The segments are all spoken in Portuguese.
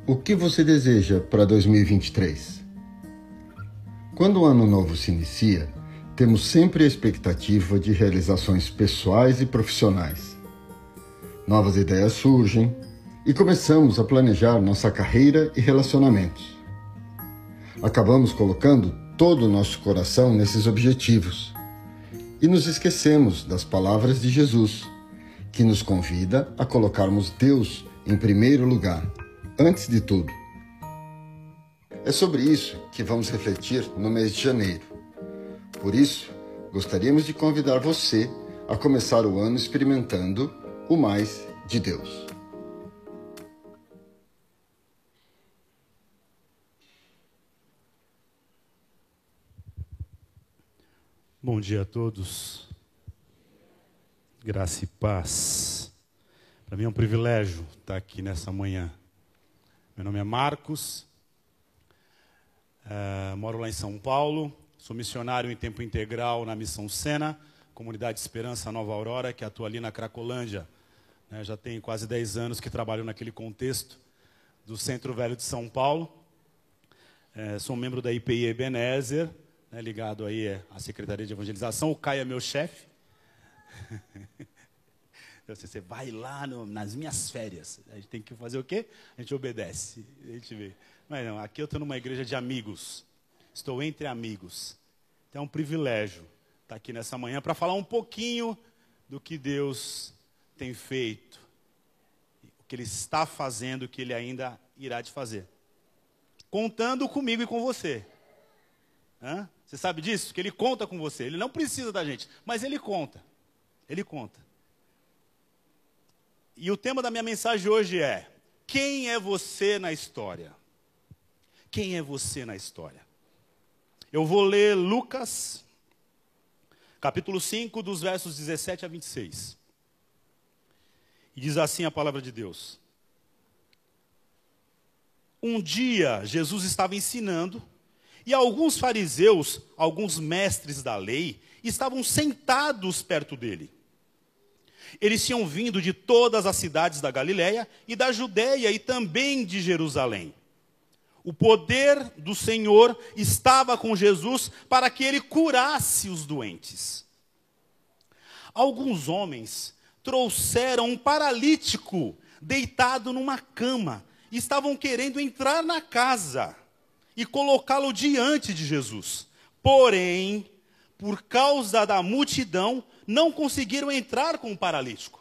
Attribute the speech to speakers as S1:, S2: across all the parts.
S1: O que você deseja para 2023? Quando o ano novo se inicia, temos sempre a expectativa de realizações pessoais e profissionais. Novas ideias surgem e começamos a planejar nossa carreira e relacionamentos. Acabamos colocando todo o nosso coração nesses objetivos e nos esquecemos das palavras de Jesus, que nos convida a colocarmos Deus em primeiro lugar, antes de tudo. É sobre isso que vamos refletir no mês de janeiro. Por isso, gostaríamos de convidar você a começar o ano experimentando o mais de Deus.
S2: Bom dia a todos, graça e paz. Para mim é um privilégio estar aqui nessa manhã. Meu nome é Marcos, moro lá em São Paulo, sou missionário em tempo integral na Missão Sena, Comunidade Esperança Nova Aurora, que atua ali na Cracolândia. Já tem quase 10 anos que trabalho naquele contexto do Centro Velho de São Paulo. Sou um membro da IPI Ebenezer, ligado aí à Secretaria de Evangelização. O Caio é meu chefe. Você vai lá nas minhas férias. A gente tem que fazer o quê? A gente obedece. A gente vê. Mas não, aqui eu estou numa igreja de amigos. Estou entre amigos. Então é um privilégio estar aqui nessa manhã para falar um pouquinho do que Deus tem feito, o que Ele está fazendo, o que Ele ainda irá de fazer. Contando comigo e com você. Você sabe disso? Que Ele conta com você. Ele não precisa da gente, mas Ele conta. Ele conta. E o tema da minha mensagem hoje é: quem é você na história? Quem é você na história? Eu vou ler Lucas, capítulo 5, dos versos 17 a 26. E diz assim a palavra de Deus. Um dia, Jesus estava ensinando, e alguns fariseus, alguns mestres da lei, estavam sentados perto dele. Eles tinham vindo de todas as cidades da Galileia e da Judeia e também de Jerusalém. O poder do Senhor estava com Jesus para que ele curasse os doentes. Alguns homens trouxeram um paralítico deitado numa cama e estavam querendo entrar na casa e colocá-lo diante de Jesus. Porém, por causa da multidão, não conseguiram entrar com o paralítico.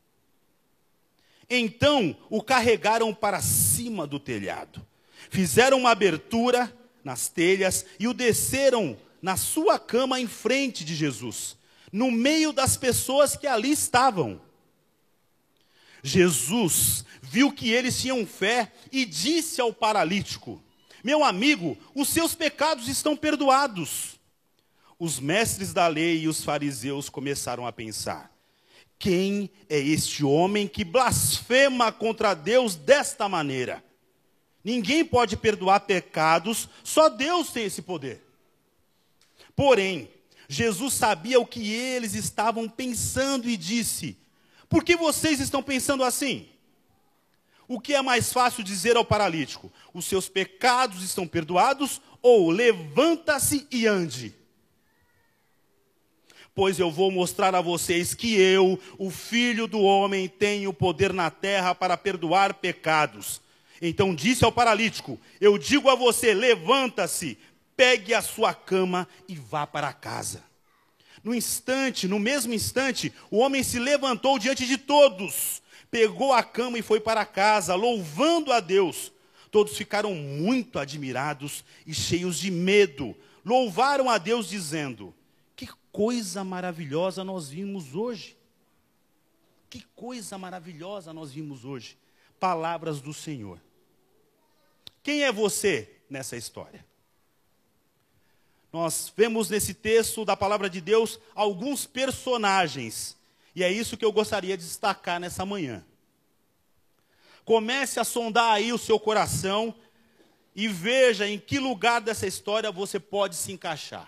S2: Então, o carregaram para cima do telhado. Fizeram uma abertura nas telhas e o desceram na sua cama em frente de Jesus, no meio das pessoas que ali estavam. Jesus viu que eles tinham fé e disse ao paralítico: meu amigo, os seus pecados estão perdoados. Os mestres da lei e os fariseus começaram a pensar: quem é este homem que blasfema contra Deus desta maneira? Ninguém pode perdoar pecados, só Deus tem esse poder. Porém, Jesus sabia o que eles estavam pensando e disse: por que vocês estão pensando assim? O que é mais fácil dizer ao paralítico: os seus pecados estão perdoados, ou levanta-se e ande? Pois eu vou mostrar a vocês que eu, o Filho do Homem, tenho poder na terra para perdoar pecados. Então disse ao paralítico: eu digo a você, levanta-se, pegue a sua cama e vá para casa. No mesmo instante, o homem se levantou diante de todos, pegou a cama e foi para casa, louvando a Deus. Todos ficaram muito admirados e cheios de medo. Louvaram a Deus dizendo: que coisa maravilhosa nós vimos hoje. Que coisa maravilhosa nós vimos hoje. Palavras do Senhor. Quem é você nessa história? Nós vemos nesse texto da palavra de Deus alguns personagens. E é isso que eu gostaria de destacar nessa manhã. Comece a sondar aí o seu coração e veja em que lugar dessa história você pode se encaixar.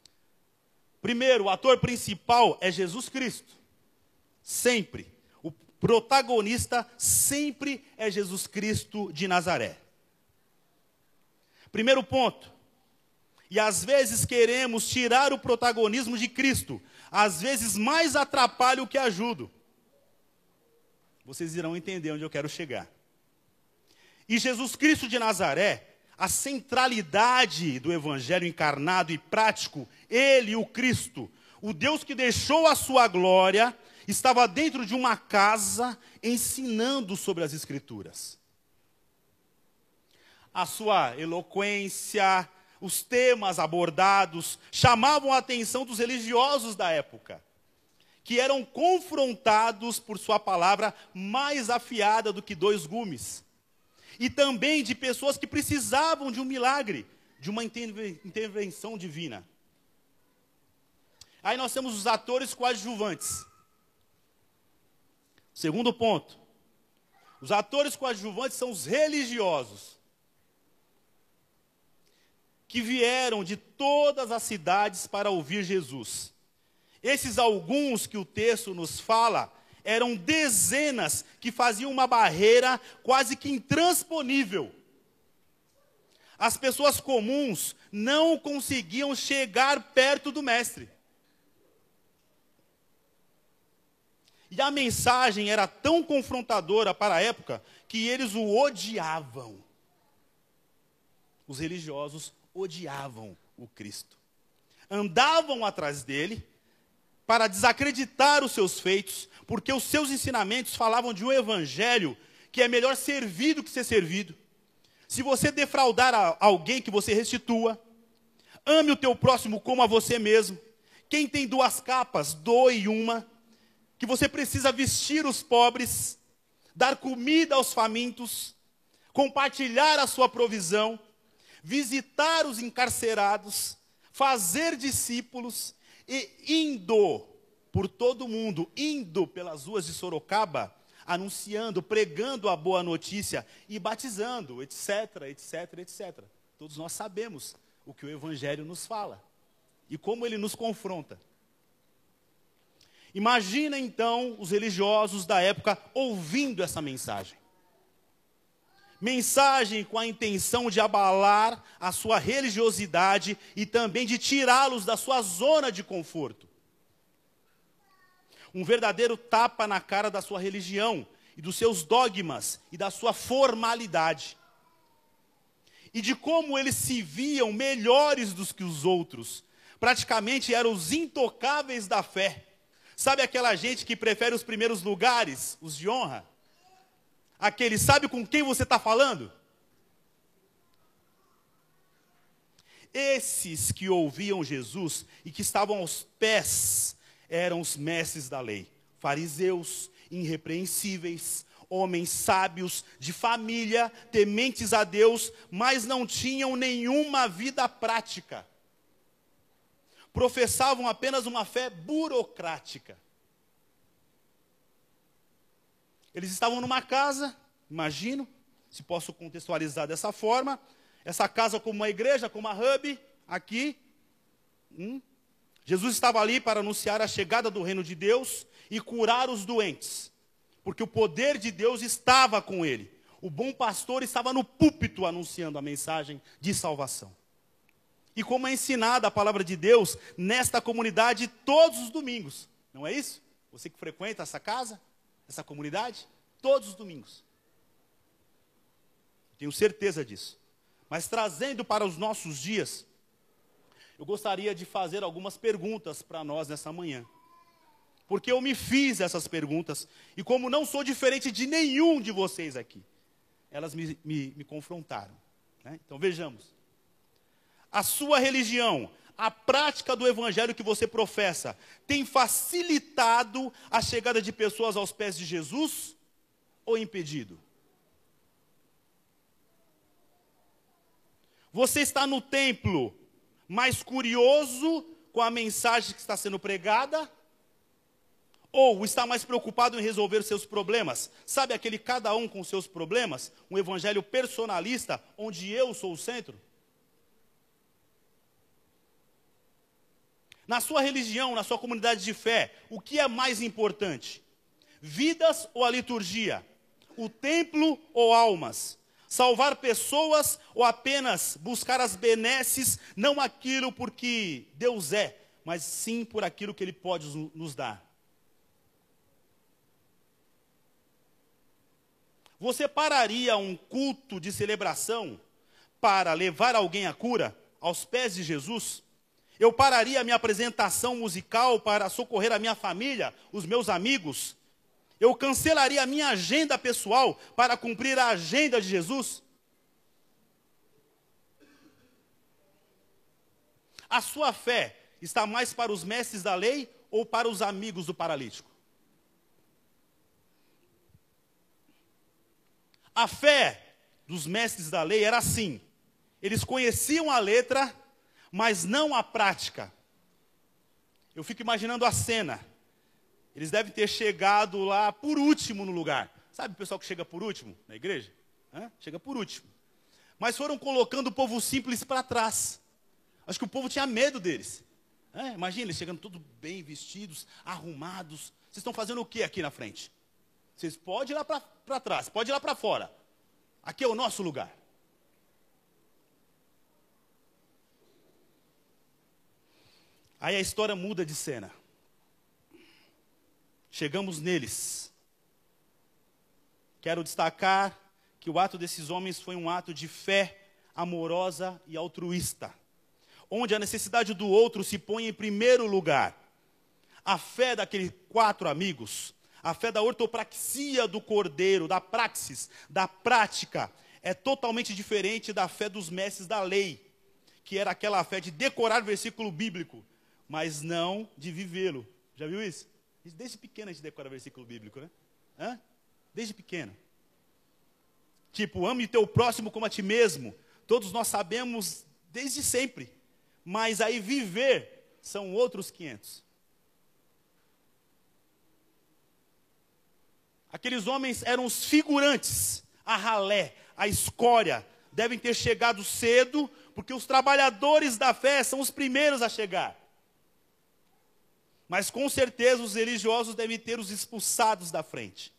S2: Primeiro, o ator principal é Jesus Cristo. Sempre. protagonista sempre é Jesus Cristo de Nazaré. Primeiro ponto. E às vezes queremos tirar o protagonismo de Cristo. Às vezes mais atrapalha o que ajuda. Vocês irão entender onde eu quero chegar. E Jesus Cristo de Nazaré, a centralidade do Evangelho encarnado e prático, ele, o Cristo, o Deus que deixou a sua glória, estava dentro de uma casa ensinando sobre as Escrituras. A sua eloquência, os temas abordados chamavam a atenção dos religiosos da época, que eram confrontados por sua palavra mais afiada do que 2 gumes. E também de pessoas que precisavam de um milagre, de uma intervenção divina. Aí nós temos os atores coadjuvantes. Segundo ponto. Os atores coadjuvantes são os religiosos, que vieram de todas as cidades para ouvir Jesus. Esses alguns que o texto nos fala, eram dezenas que faziam uma barreira quase que intransponível. As pessoas comuns não conseguiam chegar perto do mestre. E a mensagem era tão confrontadora para a época que eles o odiavam. Os religiosos odiavam o Cristo. Andavam atrás dele para desacreditar os seus feitos, porque os seus ensinamentos falavam de um evangelho que é melhor servir do que ser servido. Se você defraudar alguém, que você restitua. Ame o teu próximo como a você mesmo. Quem tem 2 capas, doe uma. Que você precisa vestir os pobres, dar comida aos famintos, compartilhar a sua provisão, visitar os encarcerados, fazer discípulos, e indo por todo o mundo, indo pelas ruas de Sorocaba, anunciando, pregando a boa notícia e batizando, etc, etc, etc. Todos nós sabemos o que o Evangelho nos fala e como ele nos confronta. Imagina então os religiosos da época ouvindo essa mensagem. Mensagem com a intenção de abalar a sua religiosidade e também de tirá-los da sua zona de conforto. Um verdadeiro tapa na cara da sua religião e dos seus dogmas e da sua formalidade. E de como eles se viam melhores do que os outros. Praticamente eram os intocáveis da fé. Sabe aquela gente que prefere os primeiros lugares, os de honra? Aquele, sabe com quem você está falando? Esses que ouviam Jesus e que estavam aos pés eram os mestres da lei. Fariseus, irrepreensíveis, homens sábios, de família, tementes a Deus, mas não tinham nenhuma vida prática. Professavam apenas uma fé burocrática. Eles estavam numa casa, imagino, se posso contextualizar dessa forma, essa casa como uma igreja, como uma hub, aqui. Jesus estava ali para anunciar a chegada do reino de Deus e curar os doentes, porque o poder de Deus estava com ele. O bom pastor estava no púlpito anunciando a mensagem de salvação. E como é ensinada a palavra de Deus nesta comunidade todos os domingos, não é isso? Você que frequenta essa casa, essa comunidade, todos os domingos. Tenho certeza disso. Mas trazendo para os nossos dias, eu gostaria de fazer algumas perguntas para nós nessa manhã. Porque eu me fiz essas perguntas, e como não sou diferente de nenhum de vocês aqui, elas me confrontaram. Né? Então vejamos. A sua religião, a prática do evangelho que você professa, tem facilitado a chegada de pessoas aos pés de Jesus ou impedido? Você está no templo mais curioso com a mensagem que está sendo pregada? Ou está mais preocupado em resolver seus problemas? Sabe aquele cada um com seus problemas? Um evangelho personalista, onde eu sou o centro? Na sua religião, na sua comunidade de fé, o que é mais importante? Vidas ou a liturgia? O templo ou almas? Salvar pessoas ou apenas buscar as benesses, não aquilo porque Deus é, mas sim por aquilo que Ele pode nos dar? Você pararia um culto de celebração para levar alguém à cura, aos pés de Jesus? Eu pararia a minha apresentação musical para socorrer a minha família, os meus amigos? Eu cancelaria a minha agenda pessoal para cumprir a agenda de Jesus? A sua fé está mais para os mestres da lei ou para os amigos do paralítico? A fé dos mestres da lei era assim: eles conheciam a letra, mas não a prática. Eu fico imaginando a cena. Eles devem ter chegado lá por último no lugar. Sabe o pessoal que chega por último na igreja? Chega por último. Mas foram colocando o povo simples para trás. Acho que o povo tinha medo deles. Imagina, eles chegando todos bem vestidos, arrumados. Vocês estão fazendo o que aqui na frente? Vocês podem ir lá para trás, pode ir lá para fora. Aqui é o nosso lugar. Aí a história muda de cena. Chegamos neles. Quero destacar que o ato desses homens foi um ato de fé amorosa e altruísta, onde a necessidade do outro se põe em primeiro lugar. A fé daqueles 4 amigos, a fé da ortopraxia do cordeiro, da praxis, da prática, é totalmente diferente da fé dos mestres da lei, que era aquela fé de decorar versículo bíblico, mas não de vivê-lo. Já viu isso? Desde pequeno a gente decora versículo bíblico, né? Desde pequeno. Tipo, ame teu próximo como a ti mesmo. Todos nós sabemos desde sempre. Mas aí viver são outros 500. Aqueles homens eram os figurantes, a ralé, a escória. Devem ter chegado cedo, porque os trabalhadores da fé são os primeiros a chegar. Mas com certeza os religiosos devem ter os expulsados da frente.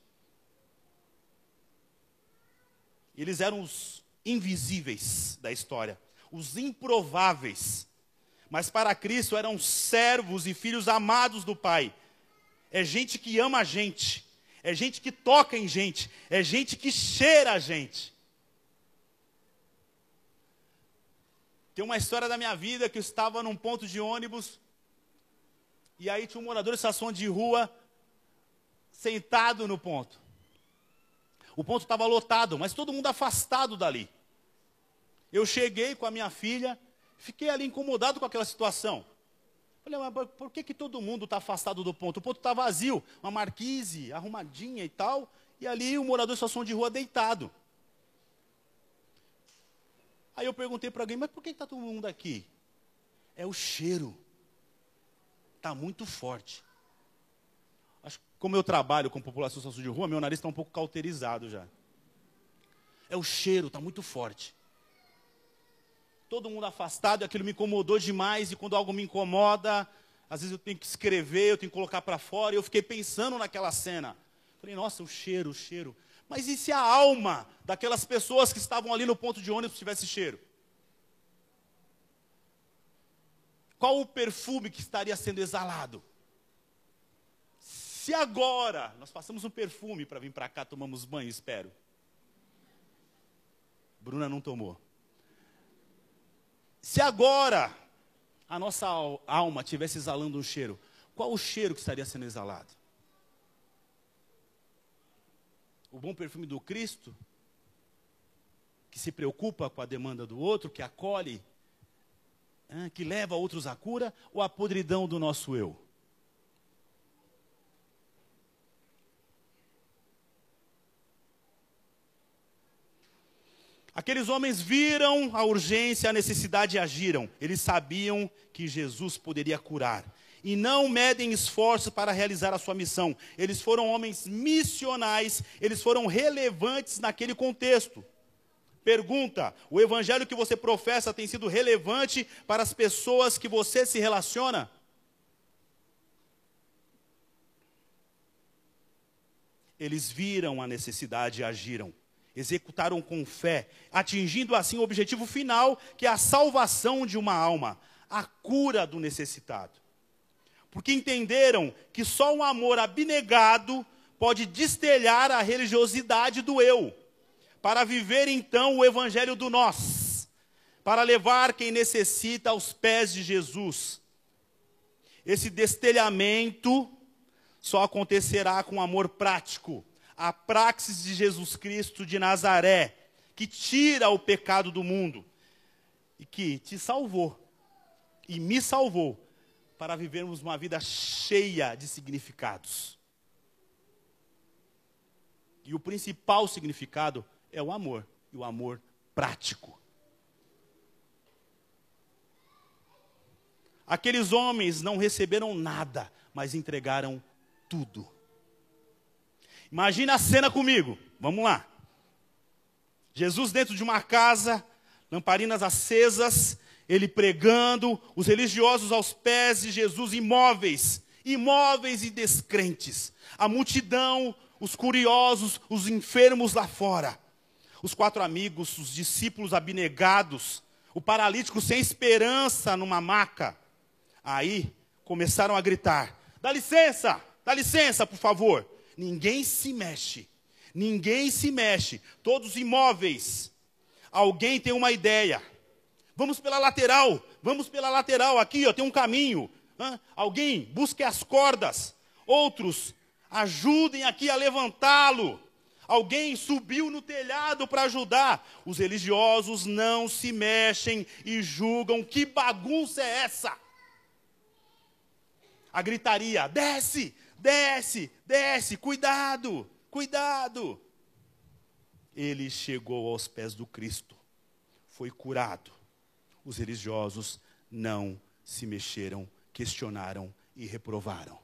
S2: Eles eram os invisíveis da história, os improváveis. Mas para Cristo eram servos e filhos amados do Pai. É gente que ama a gente, é gente que toca em gente, é gente que cheira a gente. Tem uma história da minha vida que eu estava num ponto de ônibus, e aí tinha um morador de estação de rua sentado no ponto. O ponto estava lotado, mas todo mundo afastado dali. Eu cheguei com a minha filha, fiquei ali incomodado com aquela situação. Falei, mas por que todo mundo está afastado do ponto? O ponto está vazio, uma marquise arrumadinha e tal, e ali o morador de estação de rua deitado. Aí eu perguntei para alguém, mas por que está todo mundo aqui? É o cheiro. Está muito forte. Acho que como eu trabalho com população de situação de rua, meu nariz está um pouco cauterizado já. É o cheiro, está muito forte. Todo mundo afastado, e aquilo me incomodou demais, e quando algo me incomoda, às vezes eu tenho que escrever, eu tenho que colocar para fora, e eu fiquei pensando naquela cena. Falei, nossa, o cheiro, o cheiro. Mas e se a alma daquelas pessoas que estavam ali no ponto de ônibus tivesse cheiro? Qual o perfume que estaria sendo exalado? Se agora nós passamos um perfume para vir para cá, tomamos banho, espero. Bruna não tomou. Se agora a nossa alma estivesse exalando um cheiro, qual o cheiro que estaria sendo exalado? O bom perfume do Cristo, que se preocupa com a demanda do outro, que acolhe, que leva outros à cura, ou a podridão do nosso eu? Aqueles homens viram a urgência, a necessidade e agiram. Eles sabiam que Jesus poderia curar. E não medem esforços para realizar a sua missão. Eles foram homens missionais, eles foram relevantes naquele contexto. Pergunta, o evangelho que você professa tem sido relevante para as pessoas que você se relaciona? Eles viram a necessidade e agiram. Executaram com fé, atingindo assim o objetivo final, que é a salvação de uma alma, a cura do necessitado. Porque entenderam que só um amor abnegado pode destelhar a religiosidade do eu, para viver então o evangelho do nós, para levar quem necessita aos pés de Jesus. Esse destelhamento só acontecerá com amor prático, a praxis de Jesus Cristo de Nazaré, que tira o pecado do mundo e que te salvou e me salvou para vivermos uma vida cheia de significados. E o principal significado é o amor, e o amor prático. Aqueles homens não receberam nada, mas entregaram tudo. Imagina a cena comigo, vamos lá. Jesus dentro de uma casa, lamparinas acesas, ele pregando, os religiosos aos pés de Jesus, imóveis e descrentes. A multidão, os curiosos, os enfermos lá fora. Os 4 amigos, os discípulos abnegados, o paralítico sem esperança numa maca. Aí começaram a gritar: dá licença, por favor. Ninguém se mexe, todos imóveis. Alguém tem uma ideia. Vamos pela lateral, aqui ó, tem um caminho. Alguém busque as cordas, outros ajudem aqui a levantá-lo. Alguém subiu no telhado para ajudar. Os religiosos não se mexem e julgam: que bagunça é essa? A gritaria: desce, cuidado. Ele chegou aos pés do Cristo, foi curado. Os religiosos não se mexeram, questionaram e reprovaram.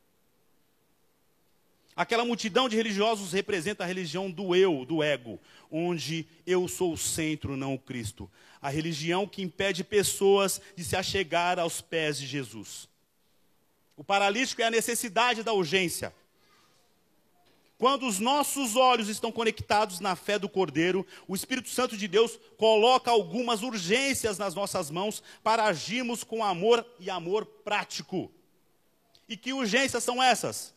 S2: Aquela multidão de religiosos representa a religião do eu, do ego, onde eu sou o centro, não o Cristo. A religião que impede pessoas de se achegar aos pés de Jesus. O paralítico é a necessidade da urgência. Quando os nossos olhos estão conectados na fé do Cordeiro, o Espírito Santo de Deus coloca algumas urgências nas nossas mãos para agirmos com amor e amor prático. E que urgências são essas?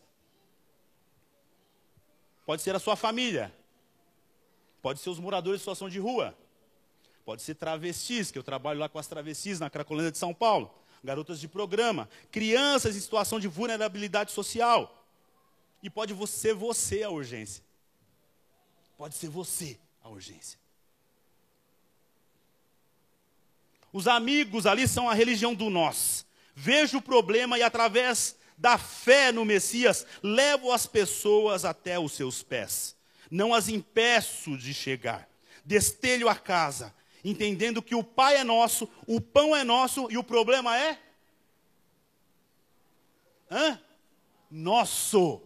S2: Pode ser a sua família, pode ser os moradores de situação de rua, pode ser travestis, que eu trabalho lá com as travestis na Cracolândia de São Paulo, garotas de programa, crianças em situação de vulnerabilidade social. E pode ser você a urgência. Pode ser você a urgência. Os amigos ali são a religião do nós. Vejo o problema e através da fé no Messias, levo as pessoas até os seus pés. Não as impeço de chegar. Destelho a casa, entendendo que o Pai é nosso, o pão é nosso e o problema é? Nosso.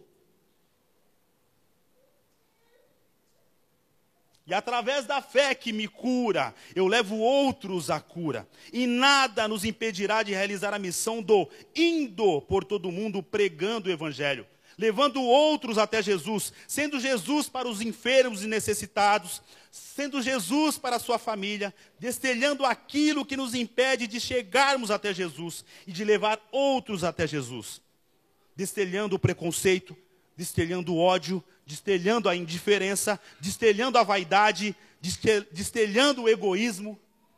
S2: E através da fé que me cura, eu levo outros à cura. E nada nos impedirá de realizar a missão do indo por todo mundo pregando o Evangelho. Levando outros até Jesus, sendo Jesus para os enfermos e necessitados, sendo Jesus para a sua família, destelhando aquilo que nos impede de chegarmos até Jesus e de levar outros até Jesus. Destelhando o preconceito, destelhando o ódio, destelhando a indiferença, destelhando a vaidade, destelhando o egoísmo.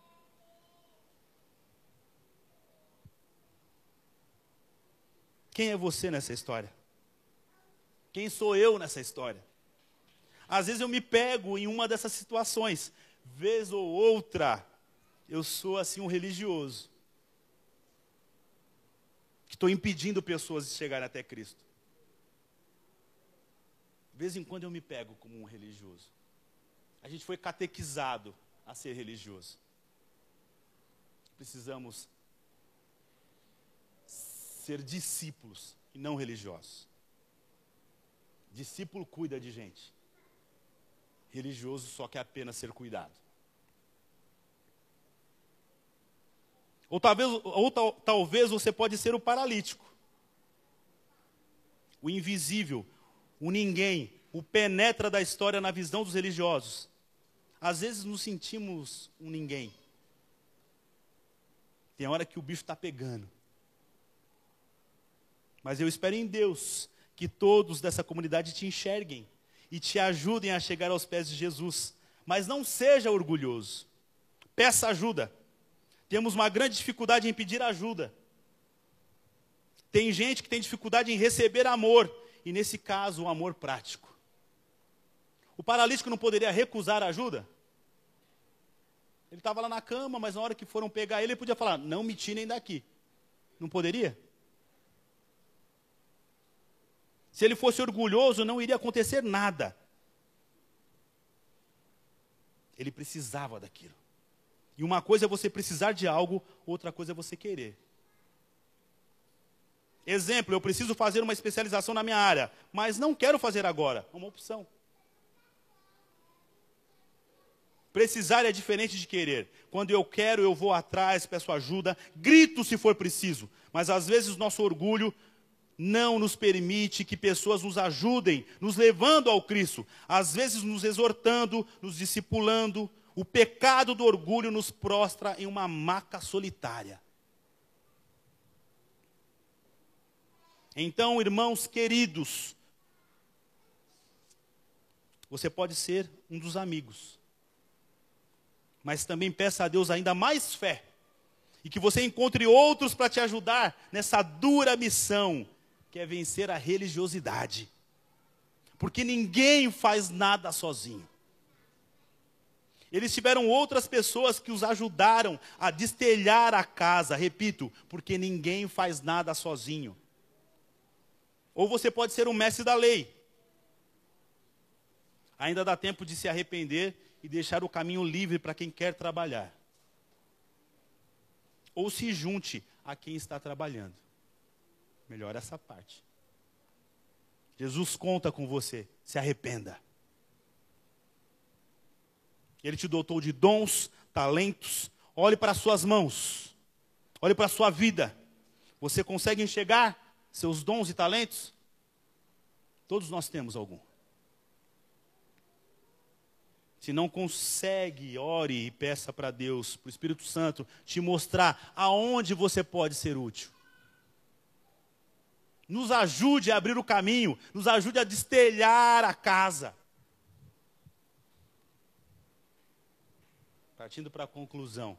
S2: Quem é você nessa história? Quem sou eu nessa história? Às vezes eu me pego em uma dessas situações. Vez ou outra, eu sou assim um religioso. Que estou impedindo pessoas de chegarem até Cristo. De vez em quando eu me pego como um religioso. A gente foi catequizado a ser religioso. Precisamos ser discípulos e não religiosos. Discípulo cuida de gente. Religioso só quer apenas ser cuidado. Ou talvez você pode ser o paralítico. O invisível, o ninguém, o penetra da história na visão dos religiosos. Às vezes nos sentimos um ninguém. Tem hora que o bicho está pegando. Mas eu espero em Deus que todos dessa comunidade te enxerguem e te ajudem a chegar aos pés de Jesus. Mas não seja orgulhoso. Peça ajuda. Temos uma grande dificuldade em pedir ajuda. Tem gente que tem dificuldade em receber amor. E nesse caso, o amor prático. O paralítico não poderia recusar a ajuda? Ele estava lá na cama, mas na hora que foram pegar ele, ele podia falar, não me tirem daqui. Não poderia? Se ele fosse orgulhoso, não iria acontecer nada. Ele precisava daquilo. E uma coisa é você precisar de algo, outra coisa é você querer. Exemplo, eu preciso fazer uma especialização na minha área, mas não quero fazer agora. É uma opção. Precisar é diferente de querer. Quando eu quero, eu vou atrás, peço ajuda, grito se for preciso. Mas às vezes nosso orgulho não nos permite que pessoas nos ajudem, nos levando ao Cristo. Às vezes nos exortando, nos discipulando. O pecado do orgulho nos prostra em uma maca solitária. Então, irmãos queridos, você pode ser um dos amigos. Mas também peça a Deus ainda mais fé. E que você encontre outros para te ajudar nessa dura missão, que é vencer a religiosidade. Porque ninguém faz nada sozinho. Eles tiveram outras pessoas que os ajudaram a destelhar a casa. Repito, porque ninguém faz nada sozinho. Ou você pode ser um mestre da lei. Ainda dá tempo de se arrepender e deixar o caminho livre para quem quer trabalhar. Ou se junte a quem está trabalhando. Melhor essa parte. Jesus conta com você. Se arrependa. Ele te dotou de dons, talentos. Olhe para as suas mãos. Olhe para a sua vida. Você consegue enxergar seus dons e talentos? Todos nós temos algum. Se não consegue, ore e peça para Deus, para o Espírito Santo, te mostrar aonde você pode ser útil. Nos ajude a abrir o caminho, nos ajude a destelhar a casa. Partindo para a conclusão.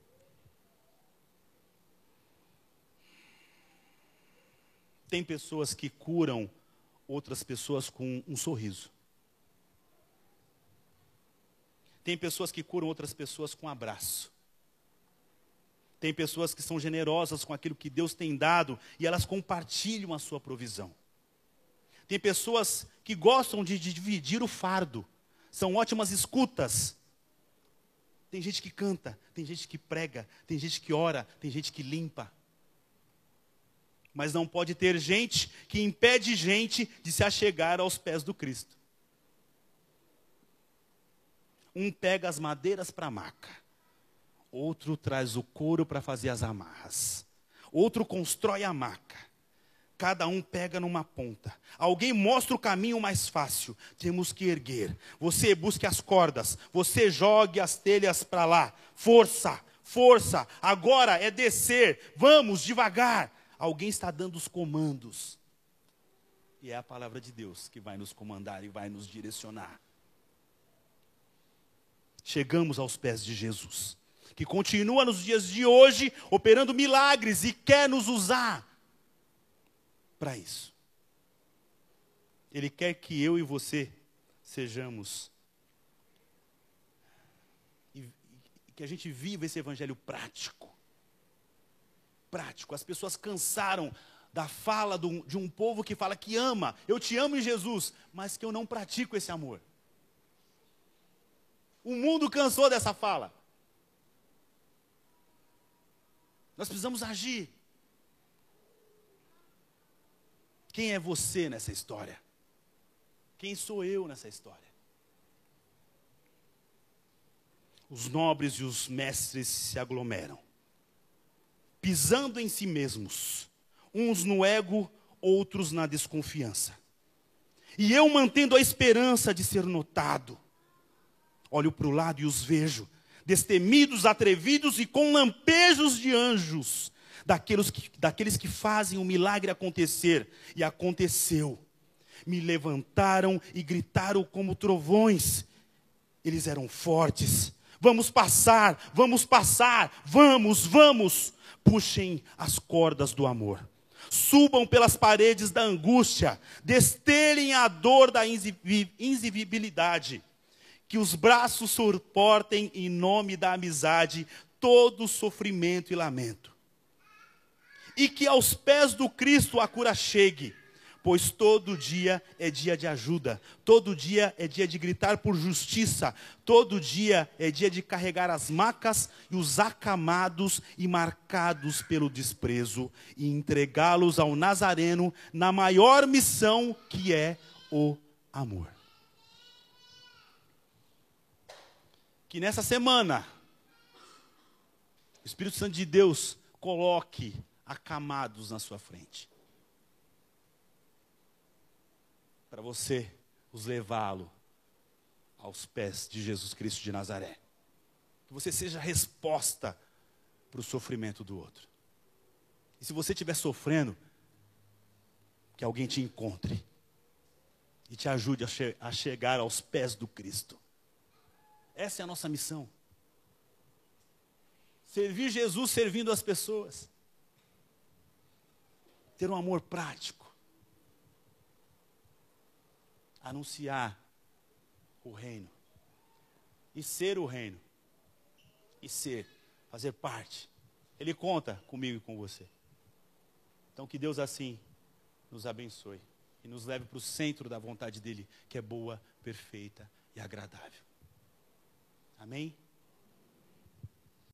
S2: Tem pessoas que curam outras pessoas com um sorriso. Tem pessoas que curam outras pessoas com um abraço. Tem pessoas que são generosas com aquilo que Deus tem dado e elas compartilham a sua provisão. Tem pessoas que gostam de dividir o fardo. São ótimas escutas. Tem gente que canta, tem gente que prega, tem gente que ora, tem gente que limpa. Mas não pode ter gente que impede gente de se achegar aos pés do Cristo. Um pega as madeiras para a maca. Outro traz o couro para fazer as amarras. Outro constrói a maca. Cada um pega numa ponta. Alguém mostra o caminho mais fácil. Temos que erguer. Você busque as cordas. Você jogue as telhas para lá. Força, força. Agora é descer. Vamos devagar. Alguém está dando os comandos. E é a palavra de Deus que vai nos comandar e vai nos direcionar. Chegamos aos pés de Jesus, que continua nos dias de hoje operando milagres e quer nos usar para isso. Ele quer que eu e você sejamos, e que a gente viva esse evangelho prático. Prático. As pessoas cansaram da fala de um povo que fala que ama, eu te amo em Jesus, mas que eu não pratico esse amor. O mundo cansou dessa fala. Nós precisamos agir. Quem é você nessa história? Quem sou eu nessa história? Os nobres e os mestres se aglomeram, pisando em si mesmos, uns no ego, outros na desconfiança. E eu mantendo a esperança de ser notado. Olho para o lado e os vejo, destemidos, atrevidos e com lampejos de anjos, daqueles que fazem o milagre acontecer. E aconteceu. Me levantaram e gritaram como trovões. Eles eram fortes. Vamos passar, vamos passar, vamos, vamos. Puxem as cordas do amor. Subam pelas paredes da angústia. Destelhem a dor da invisibilidade. Que os braços suportem em nome da amizade todo sofrimento e lamento. E que aos pés do Cristo a cura chegue. Pois todo dia é dia de ajuda, todo dia é dia de gritar por justiça, todo dia é dia de carregar as macas e os acamados e marcados pelo desprezo e entregá-los ao Nazareno na maior missão que é o amor. Que nessa semana, o Espírito Santo de Deus coloque acamados na sua frente. Para você os levá-lo aos pés de Jesus Cristo de Nazaré. Que você seja a resposta para o sofrimento do outro. E se você estiver sofrendo, que alguém te encontre e te ajude a chegar aos pés do Cristo. Essa é a nossa missão. Servir Jesus servindo as pessoas. Ter um amor prático. Anunciar o reino. E ser o reino. E fazer parte. Ele conta comigo e com você. Então que Deus assim nos abençoe. E nos leve para o centro da vontade dele, que é boa, perfeita e agradável. Amém?